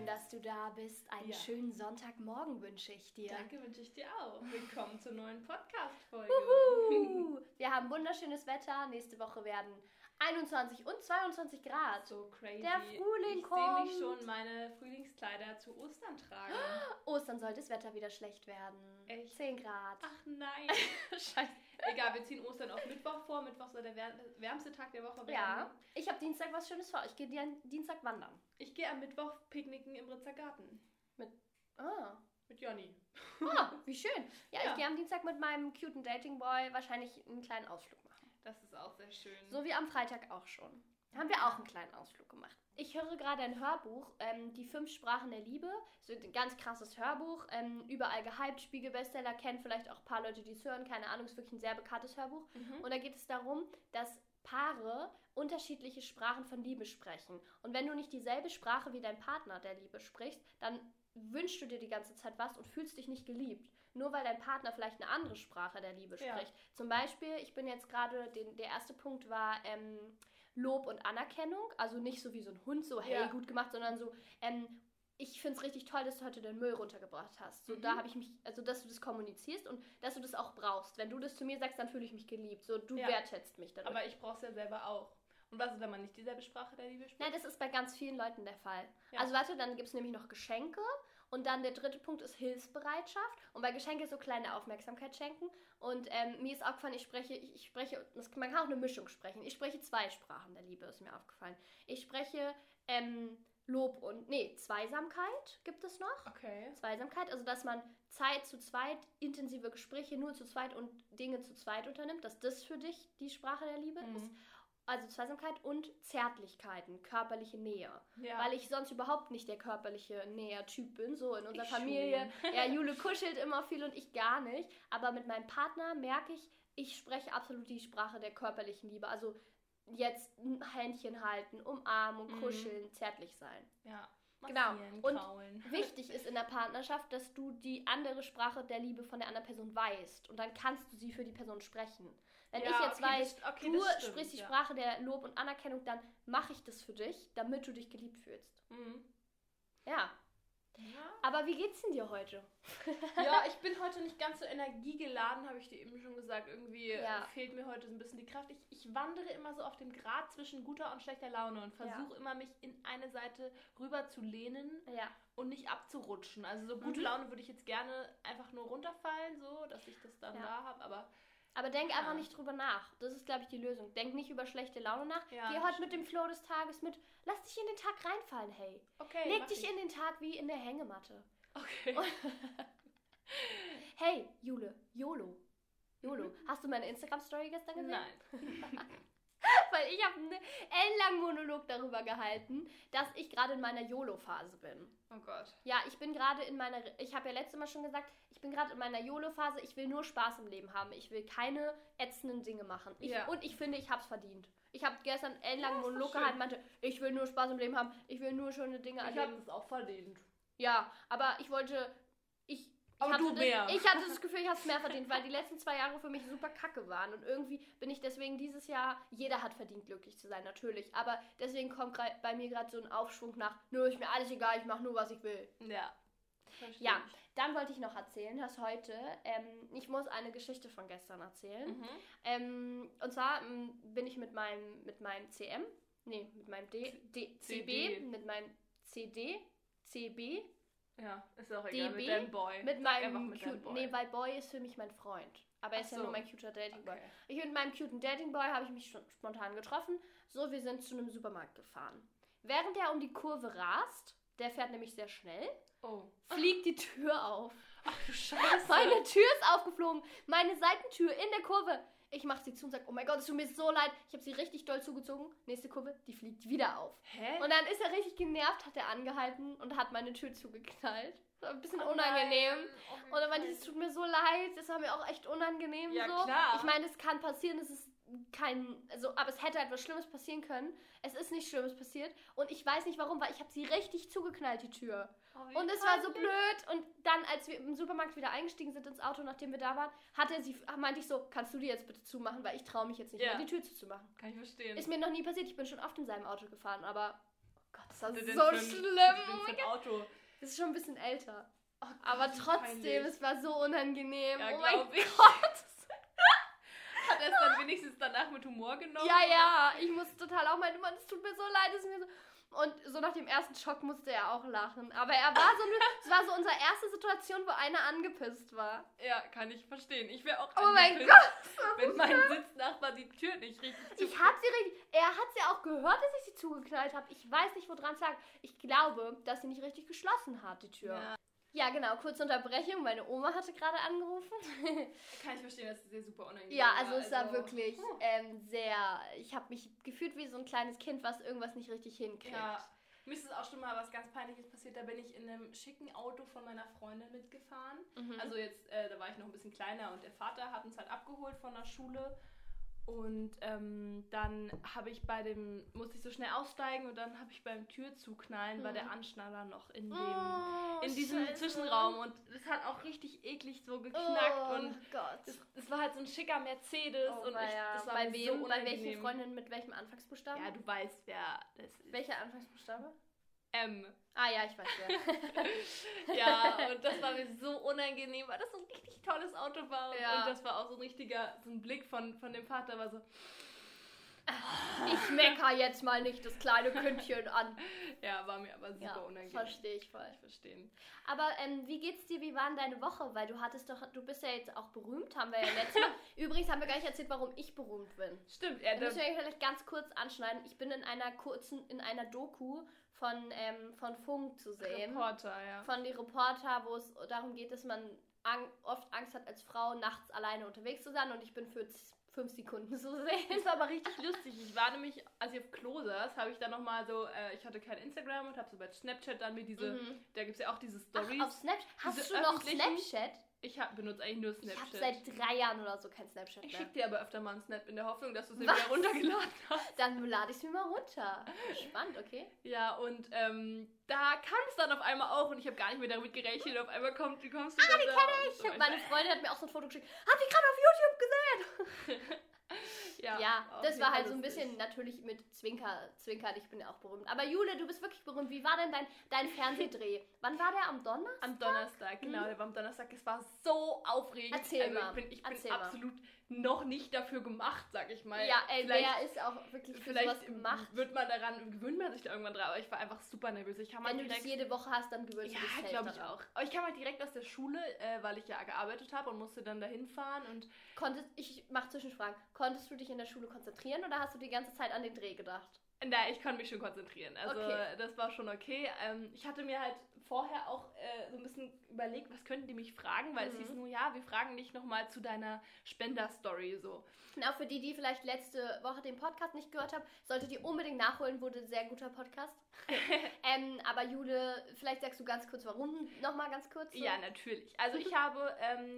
Schön, dass du da bist. Einen schönen Sonntagmorgen wünsche ich dir. Danke, wünsche ich dir auch. Willkommen zur neuen Podcast-Folge. Wir haben wunderschönes Wetter. Nächste Woche werden 21 und 22 Grad. So crazy. Der Frühling kommt. Ich sehe mich schon meine Frühlingskleider zu Ostern tragen. Ostern soll das Wetter wieder schlecht werden. Echt? 10 Grad. Ach nein. Scheiße. Egal, wir ziehen Ostern auf Mittwoch vor. Mittwoch soll der wärmste Tag der Woche werden. Ja, ich habe Dienstag was Schönes vor. Ich gehe Dienstag wandern. Ich gehe am Mittwoch picknicken im Ritzer Garten. Mit Jonny. Wie schön. Ja, ich gehe am Dienstag mit meinem cuten Dating-Boy wahrscheinlich einen kleinen Ausflug machen. Das ist auch sehr schön. So wie am Freitag auch schon. Haben wir auch einen kleinen Ausflug gemacht. Ich höre gerade ein Hörbuch, die 5 Sprachen der Liebe. So ein ganz krasses Hörbuch, überall gehypt, Spiegel-Bestseller, kennen vielleicht auch ein paar Leute, die es hören. Keine Ahnung, ist wirklich ein sehr bekanntes Hörbuch. Und da geht es darum, dass Paare unterschiedliche Sprachen von Liebe sprechen. Und wenn du nicht dieselbe Sprache wie dein Partner der Liebe sprichst, dann wünschst du dir die ganze Zeit was und fühlst dich nicht geliebt. Nur weil dein Partner vielleicht eine andere Sprache der Liebe spricht. Ja. Zum Beispiel, ich bin jetzt gerade, der erste Punkt war Lob und Anerkennung. Also nicht so wie so ein Hund, so hey, gut gemacht, sondern so, ich finde es richtig toll, dass du heute den Müll runtergebracht hast. So, da habe ich mich, also dass du das kommunizierst und dass du das auch brauchst. Wenn du das zu mir sagst, dann fühle ich mich geliebt. So, du wertschätzt mich dadurch. Aber ich brauche es ja selber auch. Und was ist, wenn man nicht dieselbe Sprache der Liebe spricht? Nein, das ist bei ganz vielen Leuten der Fall. Ja. Also warte, dann gibt es nämlich noch Geschenke und dann der dritte Punkt ist Hilfsbereitschaft und bei Geschenke so kleine Aufmerksamkeit schenken und mir ist aufgefallen, ich spreche, man kann auch eine Mischung sprechen. Ich spreche 2 Sprachen der Liebe, ist mir aufgefallen. Ich spreche Lob und, Zweisamkeit gibt es noch. Okay. Zweisamkeit, also dass man Zeit zu zweit, intensive Gespräche nur zu zweit und Dinge zu zweit unternimmt, dass das für dich die Sprache der Liebe ist. Also Zweisamkeit und Zärtlichkeiten, körperliche Nähe. Ja. Weil ich sonst überhaupt nicht der körperliche Näher-Typ bin, so in unserer Familie. Schon. Ja, Jule kuschelt immer viel und ich gar nicht. Aber mit meinem Partner merke ich spreche absolut die Sprache der körperlichen Liebe. Also jetzt Händchen halten, umarmen, kuscheln, zärtlich sein. Ja. Genau. Und wichtig ist in der Partnerschaft, dass du die andere Sprache der Liebe von der anderen Person weißt. Und dann kannst du sie für die Person sprechen. Wenn ich jetzt weiß, du sprichst die Sprache der Lob und Anerkennung, dann mache ich das für dich, damit du dich geliebt fühlst. Ja. Aber wie geht's denn dir heute? Ja, ich bin heute nicht ganz so energiegeladen, habe ich dir eben schon gesagt. Irgendwie fehlt mir heute so ein bisschen die Kraft. Ich wandere immer so auf dem Grat zwischen guter und schlechter Laune und versuche immer, mich in eine Seite rüber zu lehnen und nicht abzurutschen. Also so gute Laune würde ich jetzt gerne einfach nur runterfallen, so, dass ich das dann da habe, aber denk einfach nicht drüber nach. Das ist, glaube ich, die Lösung. Denk nicht über schlechte Laune nach. Ja, geh heute mit dem Flow des Tages mit. Lass dich in den Tag reinfallen, hey. Okay, leg dich in den Tag wie in der Hängematte. Okay. Hey, YOLO. Hast du meine Instagram-Story gestern gesehen? Nein. Weil ich habe einen ellenlangen Monolog darüber gehalten, dass ich gerade in meiner YOLO-Phase bin. Oh Gott. Ja, ich bin gerade ich habe ja letztes Mal schon gesagt, ich bin gerade in meiner YOLO-Phase, ich will nur Spaß im Leben haben. Ich will keine ätzenden Dinge machen. Und ich finde, ich habe es verdient. Ich habe gestern einen ellenlangen Monolog gehalten, meinte, ich will nur Spaß im Leben haben, ich will nur schöne Dinge erleben. Ich habe es auch verdient. Ja, aber ich hatte das Gefühl, ich habe es mehr verdient, weil die letzten 2 Jahre für mich super kacke waren. Und irgendwie bin ich deswegen dieses Jahr, jeder hat verdient, glücklich zu sein, natürlich. Aber deswegen kommt bei mir gerade so ein Aufschwung nach, nö, ist mir alles egal, ich mache nur, was ich will. Ja. Ja, dann wollte ich noch erzählen, dass heute, ich muss eine Geschichte von gestern erzählen. Und zwar bin ich mit meinem CB, CB, ja, ist auch egal, DB, mit deinem Boy. Mit meinem cute, nee, weil Boy ist für mich mein Freund. Aber er ist ja nur mein cuter Dating-Boy. Okay. Mit meinem cuten Dating-Boy habe ich mich schon spontan getroffen. So, wir sind zu einem Supermarkt gefahren. Während er um die Kurve rast, der fährt nämlich sehr schnell, fliegt die Tür auf. Ach du Scheiße. Meine Tür ist aufgeflogen. Meine Seitentür in der Kurve. Ich mache sie zu und sage, oh mein Gott, es tut mir so leid. Ich habe sie richtig doll zugezogen. Nächste Kurve, die fliegt wieder auf. Hä? Und dann ist er richtig genervt, hat er angehalten und hat meine Tür zugeknallt. Das war ein bisschen unangenehm. Und dann meinte ich, es tut mir so leid. Das war mir auch echt unangenehm. Ja, so. Klar. Ich meine, es kann passieren, es ist aber es hätte etwas Schlimmes passieren können. Es ist nichts Schlimmes passiert. Und ich weiß nicht warum, weil ich habe sie richtig zugeknallt, die Tür. Und es war so blöd. Und dann, als wir im Supermarkt wieder eingestiegen sind ins Auto, nachdem wir da waren, meinte ich so, kannst du die jetzt bitte zumachen, weil ich traue mich jetzt nicht mehr, die Tür zuzumachen. Kann ich verstehen. Ist mir noch nie passiert. Ich bin schon oft in seinem Auto gefahren, aber oh Gott, Das war so schlimm. Oh mein Auto. Das ist schon ein bisschen älter. Oh Gott, aber trotzdem, es war so unangenehm. Ja, oh mein Gott. Hat er es dann wenigstens danach mit Humor genommen? Ja, ich musste total auch meinen, Mann, es tut mir so leid, es ist mir so... Und so nach dem ersten Schock musste er auch lachen. Aber es war so unsere erste Situation, wo einer angepisst war. Ja, kann ich verstehen. Ich wäre auch angepisst, mein Gott, wenn mein Sitznachbar die Tür nicht richtig zugeknallt. Er hat sie auch gehört, dass ich sie zugeknallt habe. Ich weiß nicht, woran es lag. Ich glaube, dass sie nicht richtig geschlossen hat, die Tür. Ja, genau, kurze Unterbrechung. Meine Oma hatte gerade angerufen. Kann ich verstehen, dass es dir super unangenehm war. Ja, also es war wirklich sehr... Ich habe mich gefühlt wie so ein kleines Kind, was irgendwas nicht richtig hinkriegt. Ja, mir ist auch schon mal was ganz Peinliches passiert. Da bin ich in einem schicken Auto von meiner Freundin mitgefahren. Also jetzt, da war ich noch ein bisschen kleiner und der Vater hat uns halt abgeholt von der Schule. Und dann musste ich so schnell aussteigen und dann habe ich beim Türzuknallen, war der Anschnaller noch in diesem Zwischenraum und das hat auch richtig eklig so geknackt und es war halt so ein schicker Mercedes und das war bei wem, so bei welchen Freundin mit welchem Anfangsbuchstaben? Ja, du weißt, wer das ist. Welcher Anfangsbuchstabe? M. Ah ja, ich weiß wer. Ja, und das war mir so unangenehm, weil das so ein richtig tolles Auto war. Und das war auch so ein Blick von dem Vater, war so... Ich mecker jetzt mal nicht das kleine Kündchen an. Ja, war mir aber super unangenehm. Verstehe ich voll. Ich verstehe. Aber wie geht's dir, wie war denn deine Woche? Weil du bist ja jetzt auch berühmt, haben wir ja letztes Mal. Übrigens haben wir gar nicht erzählt, warum ich berühmt bin. Stimmt. Da müssen wir vielleicht ganz kurz anschneiden. Ich bin in einer Doku von Funk zu sehen. Reporter, ja. Von den Reporter, wo es darum geht, dass man oft Angst hat, als Frau nachts alleine unterwegs zu sein und ich bin für 5 Sekunden zu sehen. Das war aber richtig lustig. Ich war nämlich, als ich auf Klo saß, habe ich dann nochmal so, ich hatte kein Instagram und habe so bei Snapchat dann mir da gibt es ja auch diese Stories. Ach, auf Snapchat? Hast du noch Snapchat? Ich benutze eigentlich nur Snapchat. Ich habe seit 3 Jahren oder so kein Snapchat mehr. Ich schicke dir aber öfter mal einen Snap in der Hoffnung, dass du es wieder runtergeladen hast. Dann lade ich es mir mal runter. Spannend, okay. Ja, und da kam es dann auf einmal auch und ich habe gar nicht mehr damit gerechnet. Auf einmal kommst du dann da. Die kenne ich. So meine Freundin hat mir auch so ein Foto geschickt. Hab ich gerade auf YouTube gesehen. Ja, das war halt so ein bisschen natürlich mit Zwinker, ich bin ja auch berühmt. Aber Jule, du bist wirklich berühmt. Wie war denn dein Fernsehdreh? Wann war der? Am Donnerstag? Am Donnerstag, genau. Der war am Donnerstag. Es war so aufregend. Erzähl mal. Ich bin absolut noch nicht dafür gemacht, sag ich mal. Ja, wer ist auch wirklich für sowas gemacht? Gewöhnt man sich da irgendwann dran, aber ich war einfach super nervös. Wenn du das jede Woche hast, dann gewöhnst du dich Ja, glaube ich auch. Aber ich kam halt direkt aus der Schule, weil ich ja gearbeitet habe und musste dann dahin fahren und... Ich mache Zwischenfragen. Konntest du dich in der Schule konzentrieren oder hast du die ganze Zeit an den Dreh gedacht? Nein, ich konnte mich schon konzentrieren. Also das war schon okay. Ich hatte mir halt vorher auch so ein bisschen überlegt, was könnten die mich fragen, weil es hieß nur, ja, wir fragen dich nochmal zu deiner Spender-Story so. Genau, für die vielleicht letzte Woche den Podcast nicht gehört haben, solltet ihr unbedingt nachholen, wurde ein sehr guter Podcast. Aber Jule, vielleicht sagst du ganz kurz, warum nochmal ganz kurz? So. Ja, natürlich. Also ich habe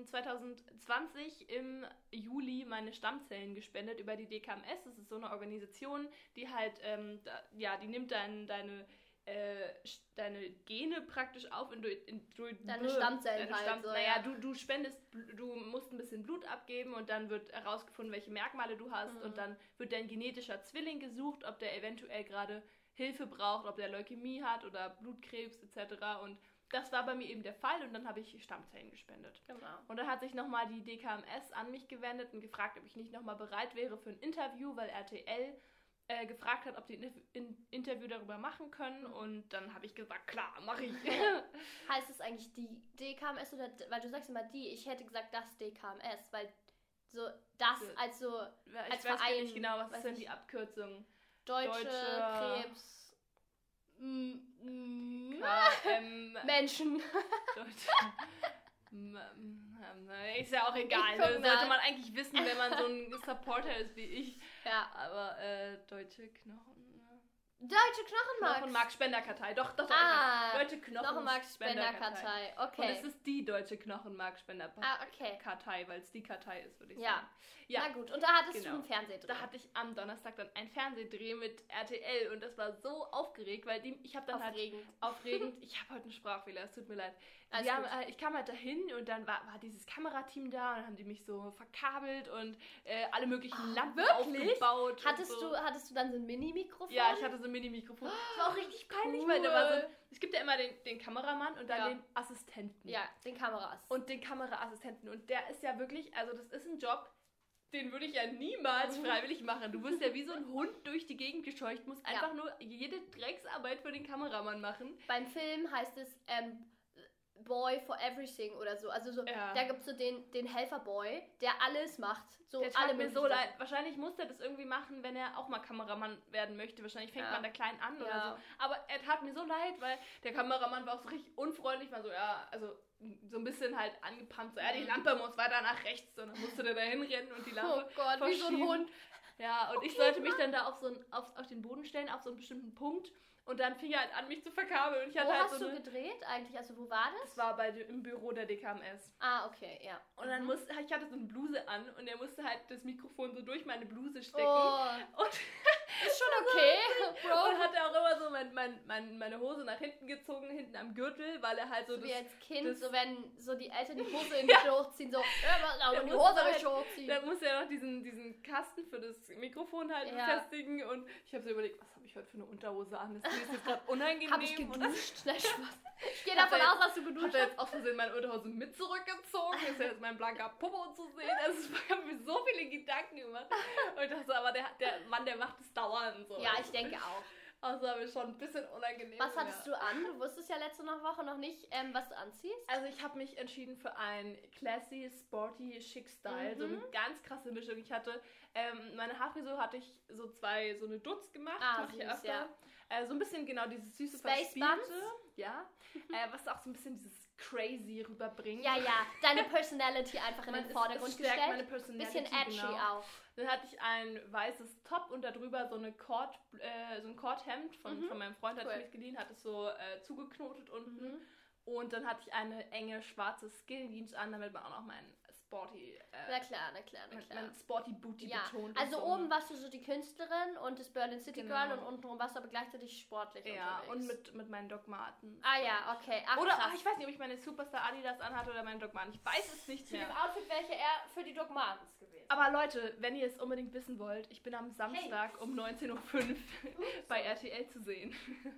2020 im Juli meine Stammzellen gespendet über die DKMS. Das ist so eine Organisation, die halt, die nimmt deine Gene praktisch auf deine Stammzellen halt. Naja, du musst ein bisschen Blut abgeben und dann wird herausgefunden, welche Merkmale du hast und dann wird dein genetischer Zwilling gesucht, ob der eventuell gerade Hilfe braucht, ob der Leukämie hat oder Blutkrebs etc. Und das war bei mir eben der Fall und dann habe ich Stammzellen gespendet. Genau. Und dann hat sich nochmal die DKMS an mich gewendet und gefragt, ob ich nicht nochmal bereit wäre für ein Interview, weil RTL gefragt hat, ob die ein Interview darüber machen können und dann habe ich gesagt, klar, mache ich. Heißt es eigentlich die DKMS oder, weil du sagst immer die, ich hätte gesagt das DKMS, weil so das als Verein. Ich weiß nicht genau, was ist denn die Abkürzung? Deutsche Krebs Menschen. Ist ja auch egal. Das sollte man eigentlich wissen, wenn man so ein Supporter ist wie ich. Ja. Aber Deutsche Knochenmarkspenderkartei. Doch. Deutsche Knochenmarkspenderkartei. Okay. Und es ist die Deutsche Knochenmarkspenderkartei, weil es die Kartei ist, würde ich sagen. Ja, na gut. Und da hattest du einen Fernsehdreh. Da hatte ich am Donnerstag dann einen Fernsehdreh mit RTL und das war so aufgeregt, weil ich habe dann aufregend. Ich habe heute einen Sprachfehler, es tut mir leid. Ich kam halt dahin und dann war dieses Kamerateam da und dann haben die mich so verkabelt und alle möglichen Lampen aufgebaut. Hattest du dann so ein Mini-Mikrofon? Ja, ich hatte so so ein Mini-Mikrofon. Das war auch richtig peinlich, weil da war so, es gibt ja immer den Kameramann und dann den Assistenten. Ja, den Kameraassistenten. Und den Kameraassistenten. Und der ist ja wirklich, also das ist ein Job, den würde ich ja niemals freiwillig machen. Du wirst ja wie so ein Hund durch die Gegend gescheucht, musst einfach nur jede Drecksarbeit für den Kameramann machen. Beim Film heißt es Boy for Everything oder so. Also so, da gibt es so den Helferboy, der alles macht. So der alle mir so leid. Wahrscheinlich muss er das irgendwie machen, wenn er auch mal Kameramann werden möchte. Wahrscheinlich fängt man da klein an oder so. Aber er tat mir so leid, weil der Kameramann war auch so richtig unfreundlich, war so, also so ein bisschen halt angepannt, so, die Lampe muss weiter nach rechts, und dann musste der da hinrennen und die Lampe wie so ein Hund. Ja, und ich sollte mich dann da auf den Boden stellen, auf so einen bestimmten Punkt. Und dann fing er halt an, mich zu verkabeln. Und ich hatte wo halt hast du gedreht eigentlich? Also wo war das? Das war im Büro der DKMS. Ah, okay, ja. Und dann ich hatte so eine Bluse an und er musste halt das Mikrofon so durch meine Bluse stecken. Und ist schon okay, Bro. Und hat er auch immer so meine Hose nach hinten gezogen, hinten am Gürtel, weil er halt so wie als Kind, so wenn so die Eltern die Hose in die hochziehen, so, die Hose will hochziehen. Dann musste er noch diesen Kasten für das Mikrofon halt befestigen und ich habe so überlegt, was habe ich heute für eine Unterhose an? Das ist jetzt gerade unangenehm. Habe ich geduscht? Nein, Spaß. Ich gehe davon aus, dass du geduscht hast. Hat er jetzt aus Versehen meine Unterhose mit zurückgezogen? Ist ja jetzt mein blanker Popo zu sehen? Also ich habe mir so viele Gedanken gemacht. Und ich dachte so, aber der Mann, der macht es dauernd so. Ja, ich denke auch. Also habe ich schon ein bisschen unangenehm. Was hattest du an? Du wusstest ja letzte Woche noch nicht, was du anziehst. Also ich habe mich entschieden für ein classy, sporty, chic Style. So eine ganz krasse Mischung. Ich hatte, meine Haarfrisur hatte ich so eine Dutz gemacht. Süß, ich öfter. So ein bisschen genau dieses süße Space Buns. Ja. Was auch so ein bisschen dieses crazy rüberbringt. Ja, deine Personality einfach in den Vordergrund gestellt. Meine Personality, bisschen edgy auch. Dann hatte ich ein weißes Top und darüber so ein Cordhemd von meinem Freund, hat ich mitgeliehen, hat es so zugeknotet unten. Und dann hatte ich eine enge schwarze Skinny Jeans an, damit man auch noch meinen sporty... na klar. Mein sporty Booty betont. Also oben warst du so die Künstlerin und das Berlin City Girl und untenrum warst du aber gleichzeitig sportlich unterwegs. Und mit meinen Dogmaten. Ah ja, okay. Ach, oder ich weiß nicht, ob ich meine Superstar Adidas anhatte oder meinen Dogmaten. Ich weiß es nicht mehr. Zu dem Outfit wäre ich eher für die Dogmatens gewesen. Aber Leute, wenn ihr es unbedingt wissen wollt, ich bin am Samstag um 19.05 Uhr bei RTL zu sehen.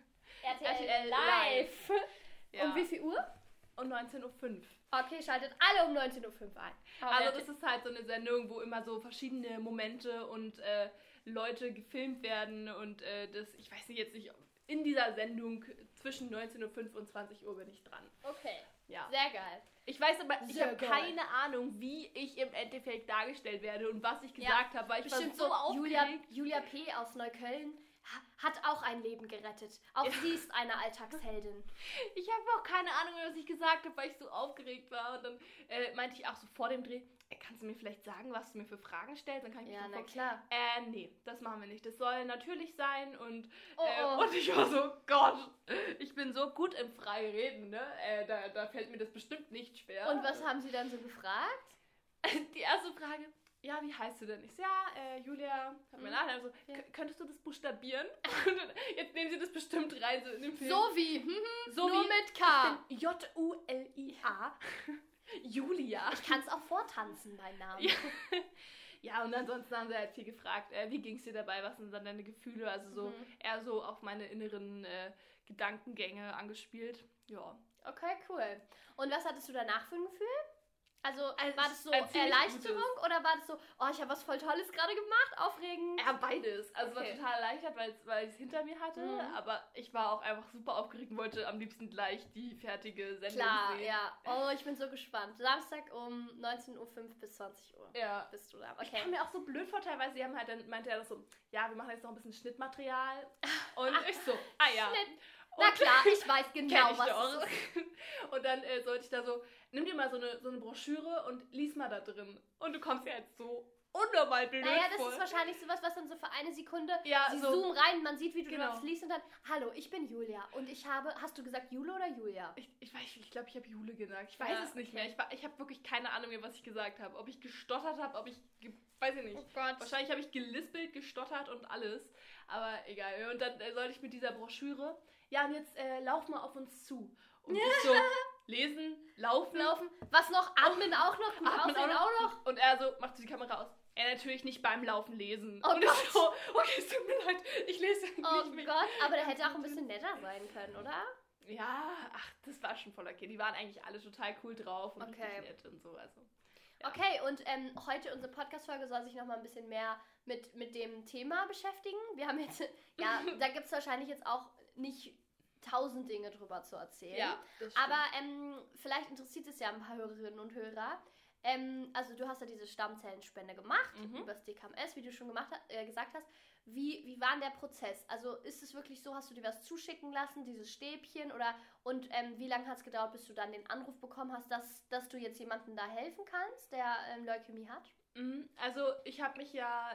RTL Live. Ja. Um wie viel Uhr? Um 19.05 Uhr. Okay, schaltet alle um 19.05 Uhr ein. Also das ist halt so eine Sendung, wo immer so verschiedene Momente und Leute gefilmt werden und ich weiß nicht, jetzt nicht, in dieser Sendung zwischen 19.05 Uhr und 20 Uhr bin ich dran. Okay, ja. Sehr geil. Ich weiß aber, ich habe keine Ahnung, wie ich im Endeffekt dargestellt werde und was ich gesagt habe, weil ich bestimmt war so aufgeregt. Julia P. aus Neukölln hat auch ein Leben gerettet. Auch sie ist eine Alltagsheldin. Ich habe auch keine Ahnung, was ich gesagt habe, weil ich so aufgeregt war. Und dann meinte ich auch so vor dem Dreh, kannst du mir vielleicht sagen, was du mir für Fragen stellst? Dann kann ich na klar. Nee, das machen wir nicht. Das soll natürlich sein. Und ich war so, Gott, ich bin so gut im Freireden, ne? Da fällt mir das bestimmt nicht schwer. Und was haben sie dann so gefragt? Die erste Frage... Ja, wie heißt du denn? Ich so, Julia, hat mir Nachnamen so, könntest du das buchstabieren? Jetzt nehmen sie das bestimmt rein so in dem Film. So wie, so nur wie, mit K. Ich bin Julia. Julia. Ich kann es auch vortanzen, mein Name. Ja, und ansonsten haben sie halt viel gefragt, wie ging es dir dabei, was sind dann deine Gefühle? Also so eher so auf meine inneren Gedankengänge angespielt. Ja. Okay, cool. Und was hattest du danach für ein Gefühl? Also war das so Erleichterung oder war das so, ich habe was voll Tolles gerade gemacht, aufregend? Ja, beides. Also war total erleichtert, weil ich es hinter mir hatte, aber ich war auch einfach super aufgeregt und wollte am liebsten gleich die fertige Sendung sehen. Ja. Oh, ich bin so gespannt. Samstag um 19.05 Uhr bis 20 Uhr bist du da. Okay. Ich kam mir auch so blöd vor, teilweise, sie haben halt dann, meinte er so, ja, wir machen jetzt noch ein bisschen Schnittmaterial. Und ich so, ja. Schnitt. Na klar, ich weiß genau, was das ist. Und dann sollte ich da so, nimm dir mal so eine Broschüre und lies mal da drin. Und du kommst ja jetzt so unnormal blöd das vor. ist wahrscheinlich sowas, was dann so für eine Sekunde, sie zoomen rein, man sieht, wie du das liest und dann, hallo, ich bin Julia und hast du gesagt Jule oder Julia? Ich glaube, ich habe Jule gesagt. Ich weiß es nicht mehr. Ich habe wirklich keine Ahnung mehr, was ich gesagt habe. Ob ich gestottert habe, weiß ich nicht. Oh Gott. Wahrscheinlich habe ich gelispelt, gestottert und alles. Aber egal. Und dann sollte ich mit dieser Broschüre, und jetzt lauf mal auf uns zu. Und ich so, lesen, laufen. Was noch? Atmen auch noch? Gut Atmen aussehen auch noch? Und er so, macht die Kamera aus. Ja, natürlich nicht beim Laufen lesen. Oh und Gott. So, okay, es tut mir leid, ich lese nicht Oh mehr. Gott, aber der hätte auch ein bisschen netter sein können, oder? Ja, das war schon voll okay. Die waren eigentlich alle total cool drauf und richtig nett und so. Also, ja. Okay, und heute unsere Podcast-Folge soll sich nochmal ein bisschen mehr mit dem Thema beschäftigen. Wir haben jetzt, ja, da gibt es wahrscheinlich jetzt auch nicht 1000 Dinge drüber zu erzählen. Ja, das stimmt. Aber vielleicht interessiert es ja ein paar Hörerinnen und Hörer. Also du hast ja diese Stammzellenspende gemacht, über das DKMS, wie du schon gesagt hast. Wie war denn der Prozess? Also ist es wirklich so, hast du dir was zuschicken lassen, dieses Stäbchen? Und wie lange hat es gedauert, bis du dann den Anruf bekommen hast, dass du jetzt jemandem da helfen kannst, der Leukämie hat? Also ich habe mich ja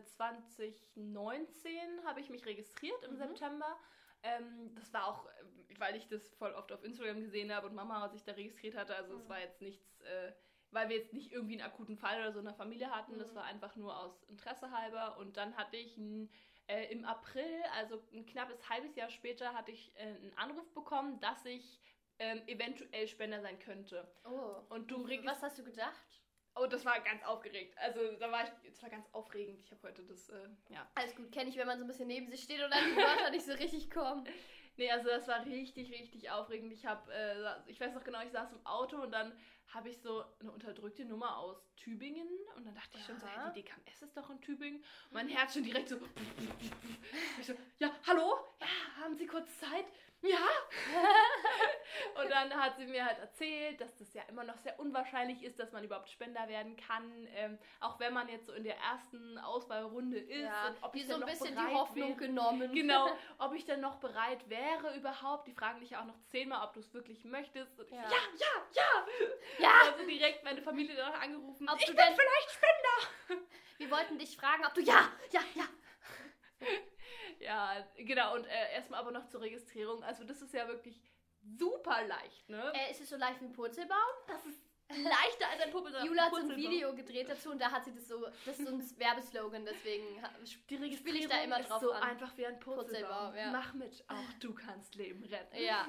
2019 habe ich mich registriert im September. Das war auch, weil ich das voll oft auf Instagram gesehen habe und Mama sich da registriert hatte. Also es war jetzt nichts, weil wir jetzt nicht irgendwie einen akuten Fall oder so in der Familie hatten. Das war einfach nur aus Interesse halber. Und dann hatte ich im April, also ein knappes halbes Jahr später, hatte ich einen Anruf bekommen, dass ich eventuell Spender sein könnte. Oh. Und was hast du gedacht? Oh, das war ganz aufgeregt. Also, das war ganz aufregend. Ich habe heute das, ja. Alles gut, kenne ich, wenn man so ein bisschen neben sich steht und dann die Wörter nicht so richtig kommen. Nee, also das war richtig, richtig aufregend. Ich weiß noch genau, ich saß im Auto und dann habe ich so eine unterdrückte Nummer aus Tübingen und dann dachte ich schon so, hey, die DKMS ist doch in Tübingen. Und mein Herz schon direkt so. Ich so, ja, hallo? Ja, haben Sie kurz Zeit? Ja. Und dann hat sie mir halt erzählt, dass das ja immer noch sehr unwahrscheinlich ist, dass man überhaupt Spender werden kann, auch wenn man jetzt so in der ersten Auswahlrunde ist. Ja, und ob die ich so ein noch bisschen bereit die Hoffnung genommen. Genau, ob ich denn noch bereit wäre überhaupt. Die fragen dich ja auch noch 10-mal, ob du es wirklich möchtest. Und Ja. ja. Also direkt meine Familie danach angerufen. Ob ich du bin denn vielleicht Spender. Wir wollten dich fragen, ob du ja. Ja, genau. Und erstmal aber noch zur Registrierung. Also das ist ja wirklich super leicht, ne? Ist es so leicht wie ein Purzelbaum? Das ist leichter als ein Purzelbaum. Jula hat so ein Video gedreht dazu und da hat sie das ist so ein Werbeslogan, deswegen spiele ich da immer drauf ist so an. einfach wie ein Purzelbaum. Ja. Mach mit, auch du kannst Leben retten. Ja.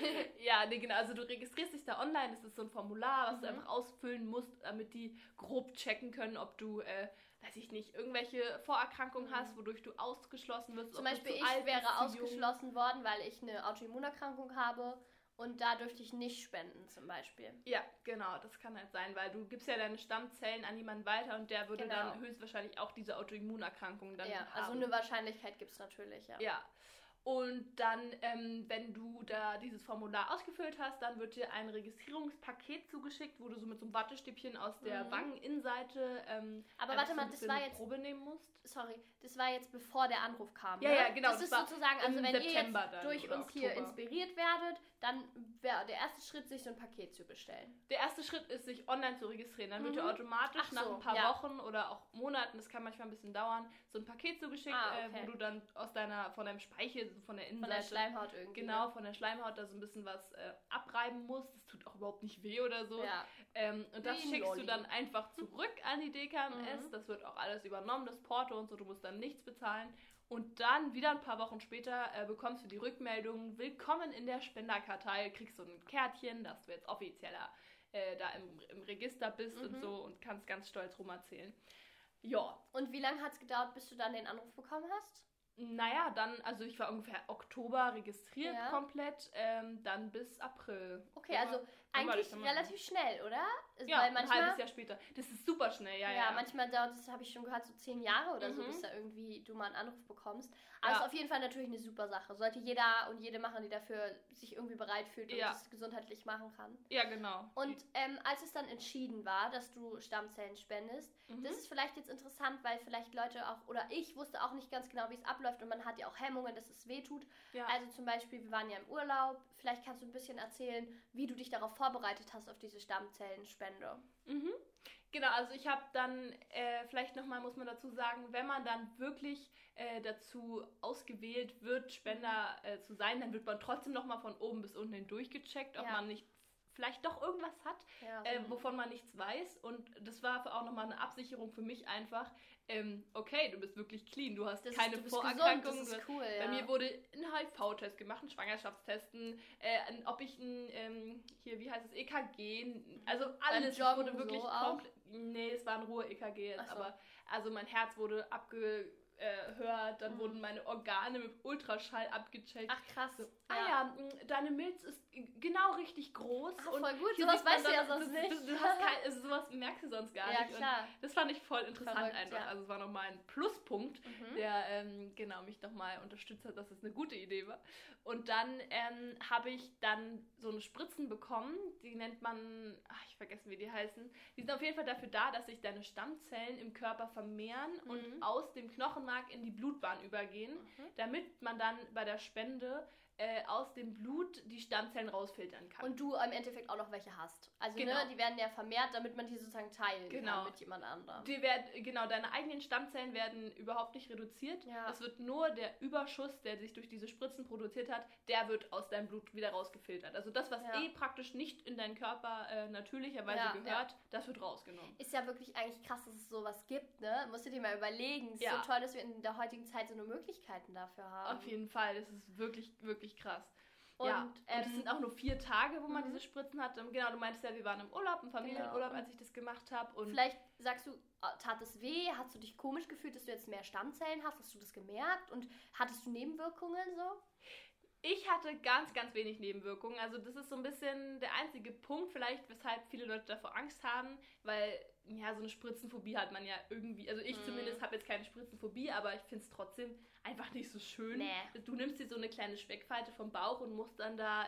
Ja, nee, genau, also du registrierst dich da online, das ist so ein Formular, was du einfach ausfüllen musst, damit die grob checken können, ob du, weiß ich nicht, irgendwelche Vorerkrankungen hast, wodurch du ausgeschlossen wirst. Zum Beispiel ich wäre ausgeschlossen worden, weil ich eine Autoimmunerkrankung habe. Und da dürfte ich nicht spenden, zum Beispiel. Ja, genau, das kann halt sein, weil du gibst ja deine Stammzellen an jemanden weiter und der würde dann höchstwahrscheinlich auch diese Autoimmunerkrankung dann haben. Also eine Wahrscheinlichkeit gibt es natürlich, ja. Ja, und dann, wenn du da dieses Formular ausgefüllt hast, dann wird dir ein Registrierungspaket zugeschickt, wo du so mit so einem Wattestäbchen aus der Wangeninnenseite aber warte mal, das war jetzt Probe nehmen musst. Sorry, das war jetzt bevor der Anruf kam. Ja, ne? ja, genau. Das ist sozusagen, also wenn September ihr jetzt durch uns hier inspiriert werdet, dann wäre der erste Schritt, sich so ein Paket zu bestellen. Der erste Schritt ist, sich online zu registrieren. Dann wird dir automatisch nach ein paar Wochen oder auch Monaten, das kann manchmal ein bisschen dauern, so ein Paket zugeschickt, wo du dann von deinem Speichel, von der Innenseite, von der Schleimhaut irgendwie. Genau, von der Schleimhaut da so ein bisschen was abreiben musst. Das tut auch überhaupt nicht weh oder so. Ja. Und das schickst du dann einfach zurück an die DKMS. Das wird auch alles übernommen, das Porto und so. Du musst dann nichts bezahlen. Und dann, wieder ein paar Wochen später, bekommst du die Rückmeldung, willkommen in der Spenderkartei, kriegst so ein Kärtchen, dass du jetzt offizieller da im Register bist und so und kannst ganz stolz rum erzählen. Ja. Und wie lange hat es gedauert, bis du dann den Anruf bekommen hast? Naja, dann, also ich war ungefähr Oktober registriert komplett, dann bis April. Okay, also eigentlich relativ schnell, oder? Ja, weil manchmal, ein halbes Jahr später. Das ist super schnell, ja. Ja, manchmal dauert das, habe ich schon gehört, so 10 Jahre oder so, bis da irgendwie du mal einen Anruf bekommst. Aber es ist auf jeden Fall natürlich eine super Sache. Sollte jeder und jede machen, die dafür sich irgendwie bereit fühlt und das gesundheitlich machen kann. Ja, genau. Und als es dann entschieden war, dass du Stammzellen spendest, das ist vielleicht jetzt interessant, weil vielleicht Leute auch, oder ich wusste auch nicht ganz genau, wie es abläuft und man hat ja auch Hemmungen, dass es wehtut. Ja. Also zum Beispiel, wir waren ja im Urlaub, vielleicht kannst du ein bisschen erzählen, wie du dich darauf vorbereitet hast, auf diese Stammzellenspende. Genau, also ich habe dann, vielleicht nochmal muss man dazu sagen, wenn man dann wirklich dazu ausgewählt wird, Spender zu sein, dann wird man trotzdem nochmal von oben bis unten hindurch gecheckt, ob man nicht vielleicht doch irgendwas hat, wovon man nichts weiß. Und das war auch nochmal eine Absicherung für mich einfach. Okay, du bist wirklich clean, du hast keine Vorerkrankungen. Das ist cool, Bei mir wurde ein HIV-Test gemacht, ein Schwangerschaftstesten, ob ich ein, wie heißt es, EKG, also alles wurde wirklich komplett. Nee, es war ein Ruhe-EKG jetzt, aber also mein Herz wurde abgehört, dann wurden meine Organe mit Ultraschall abgecheckt. Ach krass. So, deine Milz ist genau richtig groß. Ach, voll gut, sowas weißt du ja sonst nicht. Du hast sowas merkst du sonst gar nicht. Ja, klar. Und das fand ich voll interessant Verrückt, einfach. Ja. Also es war nochmal ein Pluspunkt, der mich nochmal unterstützt hat, dass es eine gute Idee war. Und dann habe ich dann so eine Spritzen bekommen, die nennt man, ich vergesse, wie die heißen. Die sind auf jeden Fall dafür da, dass sich deine Stammzellen im Körper vermehren und aus dem Knochenmark in die Blutbahn übergehen, damit man dann bei der Spende aus dem Blut die Stammzellen rausfiltern kann. Und du im Endeffekt auch noch welche hast. Also die werden ja vermehrt, damit man die sozusagen teilen kann mit jemand anderem. Deine eigenen Stammzellen werden überhaupt nicht reduziert. Ja. Es wird nur der Überschuss, der sich durch diese Spritzen produziert hat, der wird aus deinem Blut wieder rausgefiltert. Also das, was praktisch nicht in deinen Körper natürlicherweise gehört, das wird rausgenommen. Ist ja wirklich eigentlich krass, dass es sowas gibt, ne? Musst du dir mal überlegen. Es ist so toll, dass wir in der heutigen Zeit so eine Möglichkeiten dafür haben. Auf jeden Fall, das ist wirklich, wirklich krass. Und es sind auch nur 4 Tage, wo man diese Spritzen hat. Genau, du meintest ja, wir waren im Urlaub, im Familienurlaub, als ich das gemacht habe. Vielleicht sagst du, tat es weh? Hast du dich komisch gefühlt, dass du jetzt mehr Stammzellen hast? Hast du das gemerkt? Und hattest du Nebenwirkungen so? Ich hatte ganz, ganz wenig Nebenwirkungen. Also das ist so ein bisschen der einzige Punkt vielleicht, weshalb viele Leute davor Angst haben, weil so eine Spritzenphobie hat man ja irgendwie, also ich zumindest habe jetzt keine Spritzenphobie, aber ich finde es trotzdem einfach nicht so schön. Nee. Du nimmst dir so eine kleine Speckfalte vom Bauch und musst dann da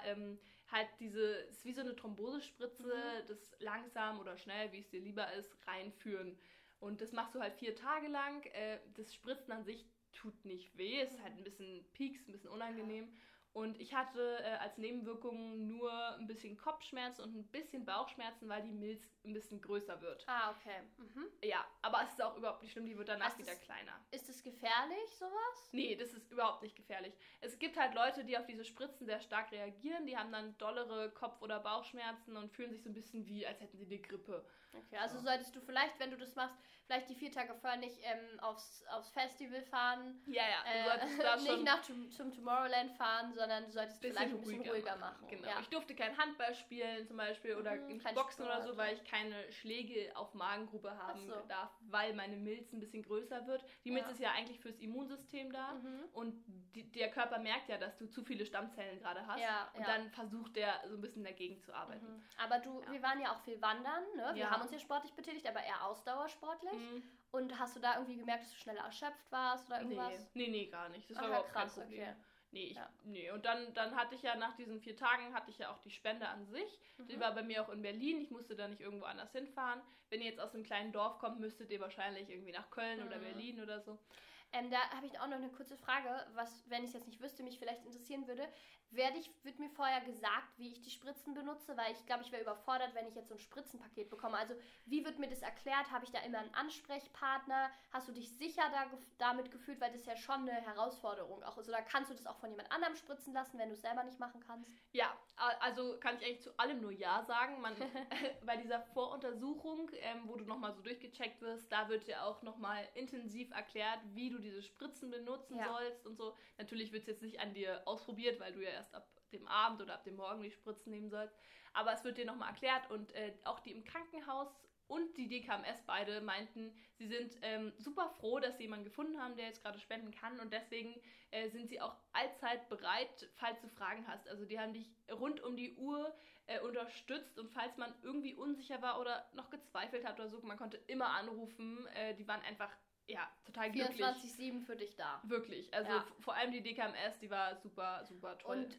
es ist wie so eine Thrombosespritze, das langsam oder schnell, wie es dir lieber ist, reinführen. Und das machst du halt 4 Tage lang. Das Spritzen an sich tut nicht weh, es ist halt ein bisschen Pieks, ein bisschen unangenehm. Und ich hatte als Nebenwirkung nur ein bisschen Kopfschmerzen und ein bisschen Bauchschmerzen, weil die Milz ein bisschen größer wird. Okay. Ja, aber es ist auch überhaupt nicht schlimm, die wird danach wieder kleiner. Ist es gefährlich, sowas? Nee, das ist überhaupt nicht gefährlich. Es gibt halt Leute, die auf diese Spritzen sehr stark reagieren, die haben dann dollere Kopf- oder Bauchschmerzen und fühlen sich so ein bisschen wie, als hätten sie eine Grippe. Okay, also solltest du vielleicht, wenn du das machst, vielleicht die 4 Tage vorher nicht aufs Festival fahren. Ja, du solltest da schon nicht zum Tomorrowland fahren, sondern du solltest vielleicht ein bisschen ruhiger machen. Genau. Ja. Ich durfte kein Handball spielen zum Beispiel oder Boxen oder so, weil ich keine Schläge auf Magengrube haben darf, weil meine Milz ein bisschen größer wird. Die Milz ist ja eigentlich fürs Immunsystem da und der Körper merkt ja, dass du zu viele Stammzellen gerade hast und dann versucht der so ein bisschen dagegen zu arbeiten. Aber wir waren ja auch viel wandern, ne? Wir haben uns ja sportlich betätigt, aber eher ausdauersportlich. Und hast du da irgendwie gemerkt, dass du schneller erschöpft warst oder irgendwas? Nee, gar nicht. Das war überhaupt kein Problem. Okay. Nee. Und dann hatte ich ja nach diesen 4 Tagen auch die Spende an sich. Die war bei mir auch in Berlin. Ich musste da nicht irgendwo anders hinfahren. Wenn ihr jetzt aus einem kleinen Dorf kommt, müsstet ihr wahrscheinlich irgendwie nach Köln oder Berlin oder so. Da habe ich auch noch eine kurze Frage, was, wenn ich es jetzt nicht wüsste, mich vielleicht interessieren würde. Wird mir vorher gesagt, wie ich die Spritzen benutze? Weil ich glaube, ich wäre überfordert, wenn ich jetzt so ein Spritzenpaket bekomme. Also wie wird mir das erklärt? Habe ich da immer einen Ansprechpartner? Hast du dich sicher damit gefühlt? Weil das ist ja schon eine Herausforderung auch ist. Oder kannst du das auch von jemand anderem spritzen lassen, wenn du es selber nicht machen kannst? Ja, also kann ich eigentlich zu allem nur Ja sagen. Bei dieser Voruntersuchung, wo du nochmal so durchgecheckt wirst, da wird dir auch nochmal intensiv erklärt, wie du diese Spritzen benutzen sollst und so. Natürlich wird es jetzt nicht an dir ausprobiert, weil du ja erst ab dem Abend oder ab dem Morgen die Spritzen nehmen sollst. Aber es wird dir nochmal erklärt und auch die im Krankenhaus und die DKMS beide meinten, sie sind super froh, dass sie jemanden gefunden haben, der jetzt gerade spenden kann und deswegen sind sie auch allzeit bereit, falls du Fragen hast. Also die haben dich rund um die Uhr unterstützt und falls man irgendwie unsicher war oder noch gezweifelt hat oder so, man konnte immer anrufen. Die waren einfach total glücklich. 24/7 für dich da. Wirklich. Also vor allem die DKMS, die war super, super toll. Und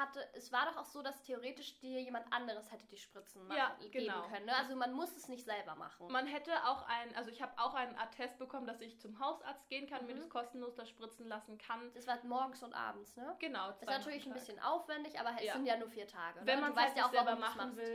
es war doch auch so, dass theoretisch dir jemand anderes hätte die Spritzen geben können. Ne? Also man muss es nicht selber machen. Man hätte auch ich habe auch einen Attest bekommen, dass ich zum Hausarzt gehen kann, mir das kostenlos da spritzen lassen kann. Das war morgens und abends, ne? Genau. Das ist natürlich ein bisschen aufwendig, aber es sind ja nur 4 Tage. Ne? Wenn man es halt ja selber machen will,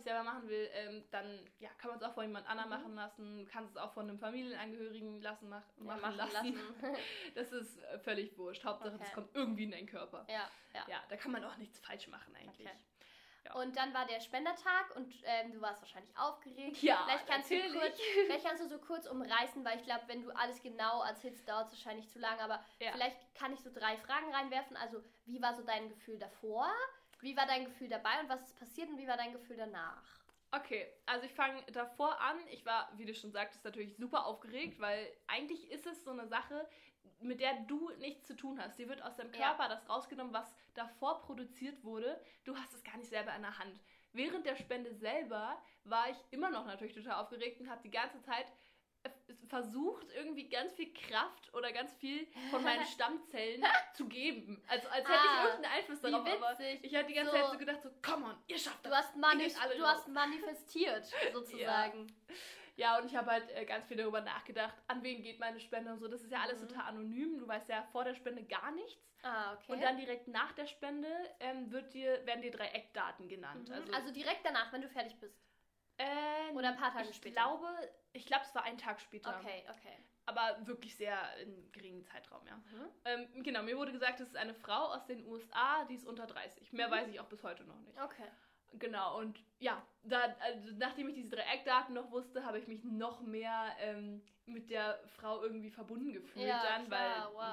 dann kann man es auch von jemand anderem machen lassen. Du kannst es auch von einem Familienangehörigen machen lassen. Das ist völlig wurscht. Hauptsache, das kommt irgendwie in deinen Körper. Ja. Da kann man auch nichts falsch machen eigentlich. Ja. Und dann war der Spendertag und du warst wahrscheinlich aufgeregt. Ja, vielleicht kannst du so kurz umreißen, weil ich glaube, wenn du alles genau erzählst, dauert es wahrscheinlich zu lange. Aber vielleicht kann ich so 3 Fragen reinwerfen. Also, wie war so dein Gefühl davor? Wie war dein Gefühl dabei und was ist passiert und wie war dein Gefühl danach? Okay, also ich fange davor an. Ich war, wie du schon sagtest, natürlich super aufgeregt, weil eigentlich ist es so eine Sache, mit der du nichts zu tun hast. Dir wird aus deinem Körper das rausgenommen, was davor produziert wurde. Du hast es gar nicht selber in der Hand. Während der Spende selber war ich immer noch natürlich total aufgeregt und habe die ganze Zeit versucht, irgendwie ganz viel Kraft oder ganz viel von meinen Stammzellen zu geben. Also als hätte ich irgendeinen Einfluss darauf, aber ich hatte die ganze Zeit so gedacht, so, come on, ihr schafft das. Du hast manifestiert, sozusagen. Ja, und ich habe halt ganz viel darüber nachgedacht, an wen geht meine Spende und so. Das ist ja alles total anonym. Du weißt ja vor der Spende gar nichts. Okay. Und dann direkt nach der Spende werden dir 3 Eckdaten genannt. Also direkt danach, wenn du fertig bist? Oder ein paar Tage später? Ich glaube, es war einen Tag später. Okay. Aber wirklich sehr in geringen Zeitraum, ja. Genau, mir wurde gesagt, es ist eine Frau aus den USA, die ist unter 30. Mehr weiß ich auch bis heute noch nicht. Okay. Genau, und ja, nachdem ich diese 3 Eckdaten noch wusste, habe ich mich noch mehr mit der Frau irgendwie verbunden gefühlt dann, klar, wow.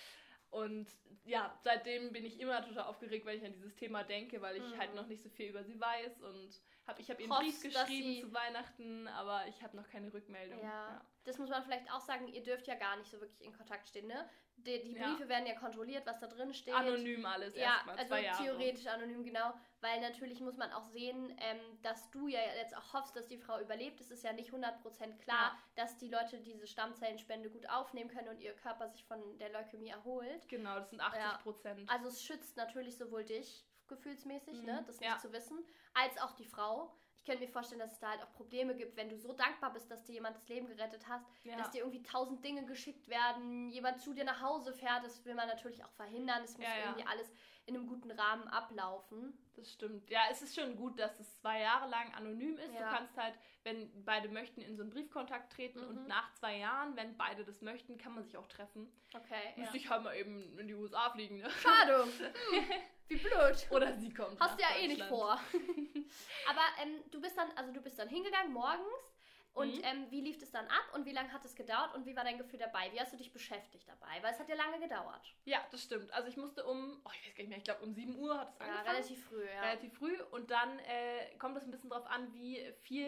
Und ja, seitdem bin ich immer total aufgeregt, wenn ich an dieses Thema denke, weil ich halt noch nicht so viel über sie weiß und ich habe ihr einen Brief geschrieben zu Weihnachten, aber ich habe noch keine Rückmeldung. Ja, das muss man vielleicht auch sagen, ihr dürft ja gar nicht so wirklich in Kontakt stehen, ne? Die Briefe werden ja kontrolliert, was da drin steht. Anonym alles erstmal, 2 Jahre. Ja, also theoretisch anonym, genau. Weil natürlich muss man auch sehen, dass du ja jetzt auch hoffst, dass die Frau überlebt. Es ist ja nicht 100% klar, dass die Leute diese Stammzellenspende gut aufnehmen können und ihr Körper sich von der Leukämie erholt. Genau, das sind 80%. Also es schützt natürlich sowohl dich gefühlsmäßig, ne, das nicht zu wissen, als auch die Frau. Ich könnte mir vorstellen, dass es da halt auch Probleme gibt, wenn du so dankbar bist, dass dir jemand das Leben gerettet hast, dass dir irgendwie 1000 Dinge geschickt werden, jemand zu dir nach Hause fährt, das will man natürlich auch verhindern, es muss irgendwie alles in einem guten Rahmen ablaufen. Das stimmt. Ja, es ist schon gut, dass es 2 Jahre lang anonym ist. Du kannst halt, wenn beide möchten, in so einen Briefkontakt treten und nach 2 Jahren, wenn beide das möchten, kann man sich auch treffen. Okay. Müsste ich halt mal eben in die USA fliegen, ne? Schade. Wie blöd. Oder sie kommt. Hast du ja eh nicht vor. Aber du bist dann hingegangen morgens und wie lief es dann ab und wie lange hat es gedauert und wie war dein Gefühl dabei? Wie hast du dich beschäftigt dabei? Weil es hat ja lange gedauert. Ja, das stimmt. Also ich musste ich weiß gar nicht mehr, ich glaube um 7 Uhr hat es angefangen. Ja, relativ früh, ja. Relativ früh und dann kommt es ein bisschen drauf an, wie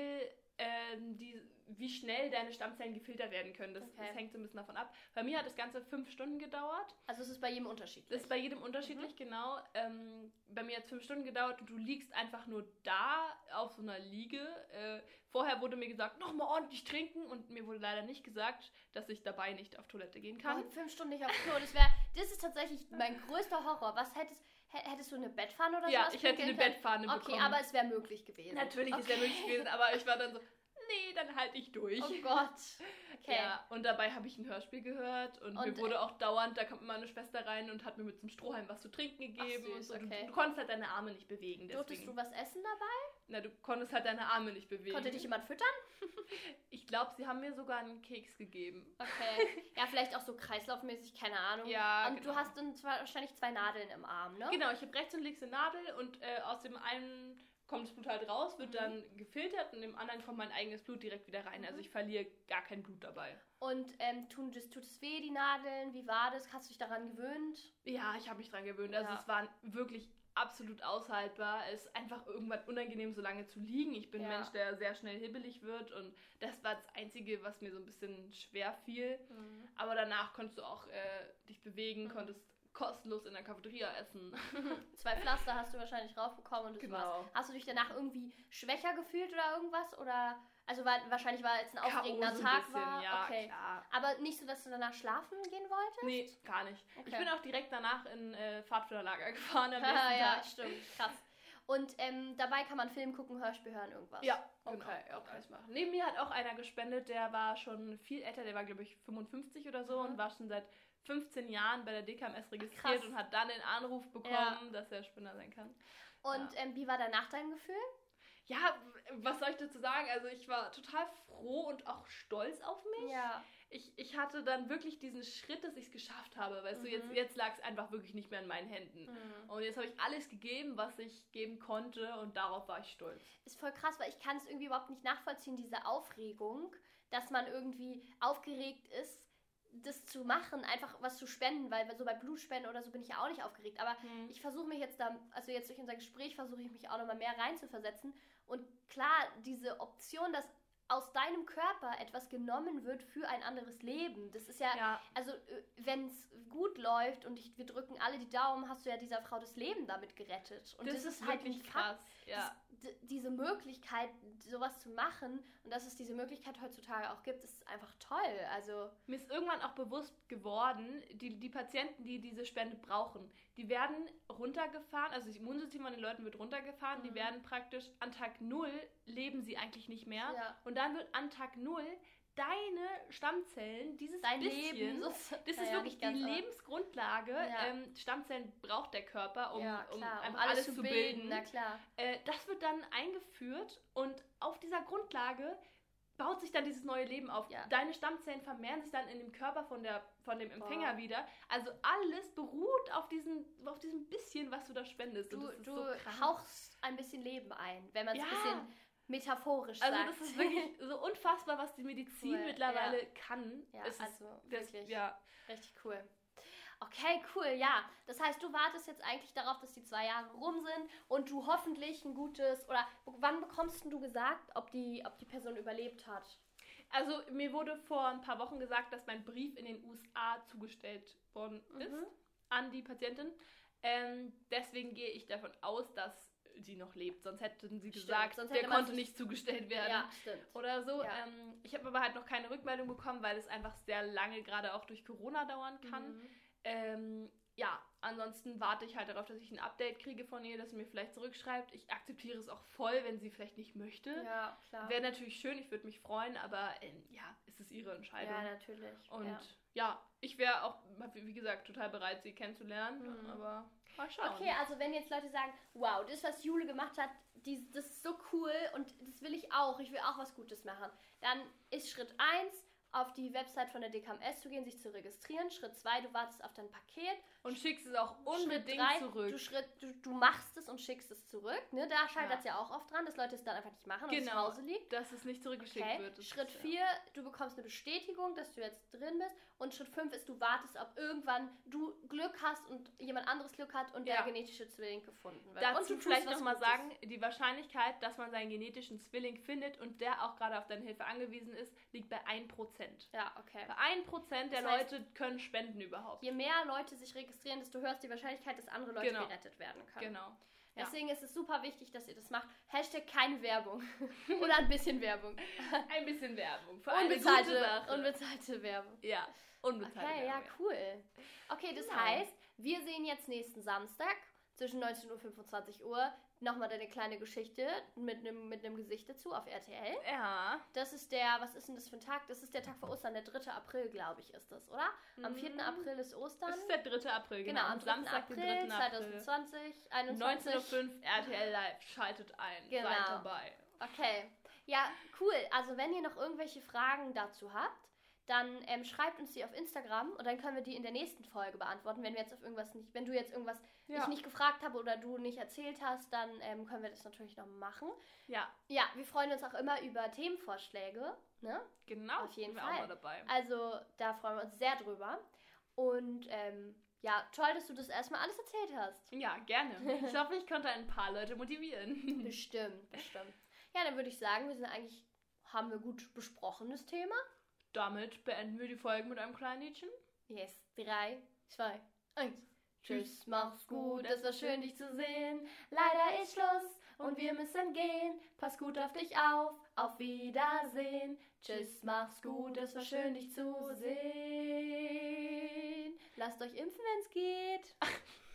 schnell deine Stammzellen gefiltert werden können. Das hängt so ein bisschen davon ab. Bei mir hat das Ganze 5 Stunden gedauert. Also es ist bei jedem unterschiedlich? Das ist bei jedem unterschiedlich, genau. Bei mir hat es 5 Stunden gedauert und du liegst einfach nur da auf so einer Liege. Vorher wurde mir gesagt, nochmal ordentlich trinken und mir wurde leider nicht gesagt, dass ich dabei nicht auf Toilette gehen kann. 5 Stunden nicht auf Klo, das ist tatsächlich mein größter Horror. Was hättest du eine Bettpfanne oder so? Ja, ich hätte eine Bettpfanne bekommen. Okay, aber es wäre möglich gewesen. Natürlich, es wäre möglich gewesen, aber ich war dann so, nee, dann halte ich durch. Oh Gott. Okay. Ja, und dabei habe ich ein Hörspiel gehört und mir wurde auch dauernd, da kommt meine Schwester rein und hat mir mit so einem Strohhalm was zu trinken gegeben. Ach, süß, okay. Du konntest halt deine Arme nicht bewegen. Durftest du was essen dabei? Na, du konntest halt deine Arme nicht bewegen. Konnte dich jemand füttern? Ich glaube, sie haben mir sogar einen Keks gegeben. Okay. Ja, vielleicht auch so kreislaufmäßig, keine Ahnung. Ja, und du hast dann wahrscheinlich 2 Nadeln im Arm, ne? Genau, ich habe rechts und links eine Nadel und aus dem einen kommt das Blut halt raus, wird dann gefiltert und im anderen kommt mein eigenes Blut direkt wieder rein. Also ich verliere gar kein Blut dabei. Und tut es weh, die Nadeln? Wie war das? Hast du dich daran gewöhnt? Ja, ich habe mich daran gewöhnt. Also es war wirklich absolut aushaltbar. Es ist einfach irgendwann unangenehm, so lange zu liegen. Ich bin ein Mensch, der sehr schnell hibbelig wird und das war das Einzige, was mir so ein bisschen schwer fiel. Aber danach konntest du auch dich bewegen, konntest kostenlos in der Cafeteria essen. 2 Pflaster hast du wahrscheinlich raufbekommen und das war's. Hast du dich danach irgendwie schwächer gefühlt oder irgendwas? Oder, also wahrscheinlich war es ein aufregender Tag. Ja, okay. Klar. Aber nicht so, dass du danach schlafen gehen wolltest? Nee, gar nicht. Okay. Ich bin auch direkt danach in Pfadfinderlager gefahren am nächsten Tag. Ja, stimmt. Krass. Und dabei kann man Film gucken, Hörspiel hören, irgendwas? Ja, genau. Okay. Machen. Neben mir hat auch einer gespendet, der war schon viel älter, der war glaube ich 55 oder so und war schon seit 15 Jahren bei der DKMS registriert und hat dann den Anruf bekommen, dass er Spender sein kann. Und wie war danach dein Gefühl? Ja, was soll ich dazu sagen? Also ich war total froh und auch stolz auf mich. Ja. ich hatte dann wirklich diesen Schritt, dass ich es geschafft habe. Weißt du, jetzt lag es einfach wirklich nicht mehr in meinen Händen. Und jetzt habe ich alles gegeben, was ich geben konnte und darauf war ich stolz. Ist voll krass, weil ich kann es irgendwie überhaupt nicht nachvollziehen, diese Aufregung, dass man irgendwie aufgeregt ist, das zu machen, einfach was zu spenden, weil so bei Blutspenden oder so bin ich ja auch nicht aufgeregt. Aber ich versuche mich jetzt da, also jetzt durch unser Gespräch versuche ich mich auch nochmal mehr reinzuversetzen. Und klar, diese Option, dass aus deinem Körper etwas genommen wird für ein anderes Leben. Das ist ja. Also wenn es gut läuft und wir drücken alle die Daumen, hast du ja dieser Frau das Leben damit gerettet. Und das ist halt nicht krass. Ja. Diese Möglichkeit, sowas zu machen und dass es diese Möglichkeit heutzutage auch gibt, ist einfach toll. Also mir ist irgendwann auch bewusst geworden, die Patienten, die diese Spende brauchen, die werden runtergefahren, also das Immunsystem von den Leuten wird runtergefahren, die werden praktisch an Tag 0 leben sie eigentlich nicht mehr und dann wird an Tag 0 deine Stammzellen, dein bisschen, Leben, das ist wirklich die Lebensgrundlage. Stammzellen braucht der Körper, um einfach alles zu bilden. Na klar. Das wird dann eingeführt und auf dieser Grundlage baut sich dann dieses neue Leben auf. Ja. Deine Stammzellen vermehren sich dann in dem Körper von dem Empfänger wieder. Also alles beruht auf diesem bisschen, was du da spendest. Du so hauchst ein bisschen Leben ein, wenn man es ein bisschen metaphorisch sagt. Also das ist wirklich so unfassbar, was die Medizin mittlerweile kann. Ja, wirklich richtig cool. Okay, cool, ja. Das heißt, du wartest jetzt eigentlich darauf, dass die 2 Jahre rum sind und du hoffentlich ein gutes, oder wann bekommst du gesagt, ob die Person überlebt hat? Also mir wurde vor ein paar Wochen gesagt, dass mein Brief in den USA zugestellt worden ist an die Patientin. Deswegen gehe ich davon aus, dass sie noch lebt. Sonst hätten sie gesagt, der konnte nicht zugestellt werden. Ja, stimmt. Oder so. Ja. Ich habe aber halt noch keine Rückmeldung bekommen, weil es einfach sehr lange gerade auch durch Corona dauern kann. Ansonsten warte ich halt darauf, dass ich ein Update kriege von ihr, dass sie mir vielleicht zurückschreibt. Ich akzeptiere es auch voll, wenn sie vielleicht nicht möchte. Ja, klar. Wäre natürlich schön, ich würde mich freuen, aber es ist ihre Entscheidung. Ja, natürlich. Und ich wäre auch, wie gesagt, total bereit, sie kennenzulernen, aber mal schauen. Okay, also wenn jetzt Leute sagen, wow, das, was Jule gemacht hat, das ist so cool und das will ich will auch was Gutes machen, dann ist Schritt 1, auf die Website von der DKMS zu gehen, sich zu registrieren. Schritt 2, du wartest auf dein Paket. Und schickst es auch unbedingt zurück. Du machst es und schickst es zurück. Ne? Da scheitert es ja auch oft dran, dass Leute es dann einfach nicht machen und es zu Hause liegt. Dass es nicht zurückgeschickt wird. Schritt 4, du bekommst eine Bestätigung, dass du jetzt drin bist. Und Schritt 5 ist, du wartest, ob irgendwann du Glück hast und jemand anderes Glück hat und der genetische Zwilling gefunden wird. Dazu vielleicht nochmal sagen, die Wahrscheinlichkeit, dass man seinen genetischen Zwilling findet und der auch gerade auf deine Hilfe angewiesen ist, liegt bei 1%. Ja, okay. Bei 1% der Leute können spenden überhaupt. Je mehr Leute sich registrieren, desto höher ist die Wahrscheinlichkeit, dass andere Leute gerettet werden können. Genau. Deswegen ist es super wichtig, dass ihr das macht. Hashtag keine Werbung. Oder ein bisschen Werbung. Ein bisschen Werbung. Für unbezahlte Werbung. Ja, unbezahlte Werbung. Ja, cool. Okay, das heißt, wir sehen jetzt nächsten Samstag zwischen 19 Uhr und 25 Uhr nochmal deine kleine Geschichte mit einem Gesicht dazu auf RTL. Ja. Das ist was ist denn das für ein Tag? Das ist der Tag vor Ostern, der 3. April, glaube ich, ist das, oder? Am 4. April ist Ostern. Das ist der 3. April, genau. Am Samstag, den 3. April 2020, 21. 19.05 Uhr, RTL Live, schaltet ein, seid dabei. Okay, ja, cool. Also wenn ihr noch irgendwelche Fragen dazu habt, dann schreibt uns die auf Instagram und dann können wir die in der nächsten Folge beantworten. Wenn du jetzt ich nicht gefragt habe oder du nicht erzählt hast, dann können wir das natürlich noch machen. Ja. Ja, wir freuen uns auch immer über Themenvorschläge, ne? Genau. Auf jeden Fall. Auch mal dabei. Also da freuen wir uns sehr drüber. Und toll, dass du das erstmal alles erzählt hast. Ja, gerne. Ich hoffe, ich konnte ein paar Leute motivieren. Bestimmt. Ja, dann würde ich sagen, haben wir gut besprochen, das Thema. Damit beenden wir die Folge mit einem kleinen Liedchen. Yes, 3, 2, 1. Tschüss, mach's gut, es war schön, dich zu sehen. Leider ist Schluss und wir müssen gehen. Pass gut auf dich auf Wiedersehen. Tschüss, mach's gut, es war schön, dich zu sehen. Lasst euch impfen, wenn's geht.